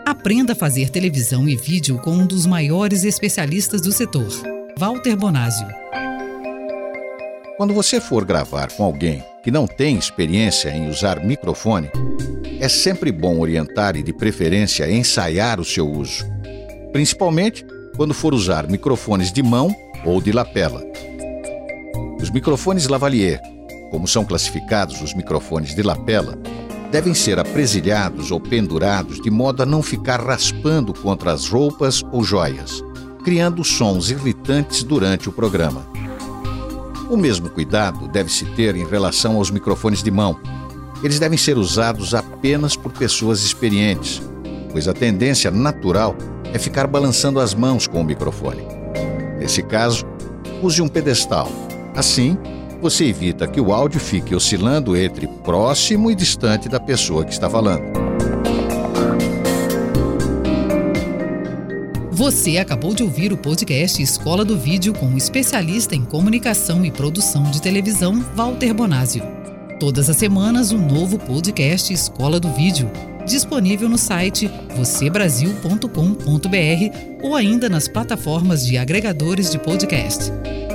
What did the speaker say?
Aprenda a fazer televisão e vídeo com um dos maiores especialistas do setor, Walter Bonásio. Quando você for gravar com alguém que não tem experiência em usar microfone, é sempre bom orientar e, de preferência, ensaiar o seu uso, principalmente quando for usar microfones de mão ou de lapela. Os microfones lavalier, como são classificados os microfones de lapela, devem ser apresilhados ou pendurados de modo a não ficar raspando contra as roupas ou joias, criando sons irritantes durante o programa. O mesmo cuidado deve-se ter em relação aos microfones de mão. Eles devem ser usados apenas por pessoas experientes, pois a tendência natural é ficar balançando as mãos com o microfone. Nesse caso, use um pedestal. Assim, você evita que o áudio fique oscilando entre próximo e distante da pessoa que está falando. Você acabou de ouvir o podcast Escola do Vídeo com o especialista em comunicação e produção de televisão, Walter Bonásio. Todas as semanas, um novo podcast Escola do Vídeo, disponível no site vocêbrasil.com.br ou ainda nas plataformas de agregadores de podcast.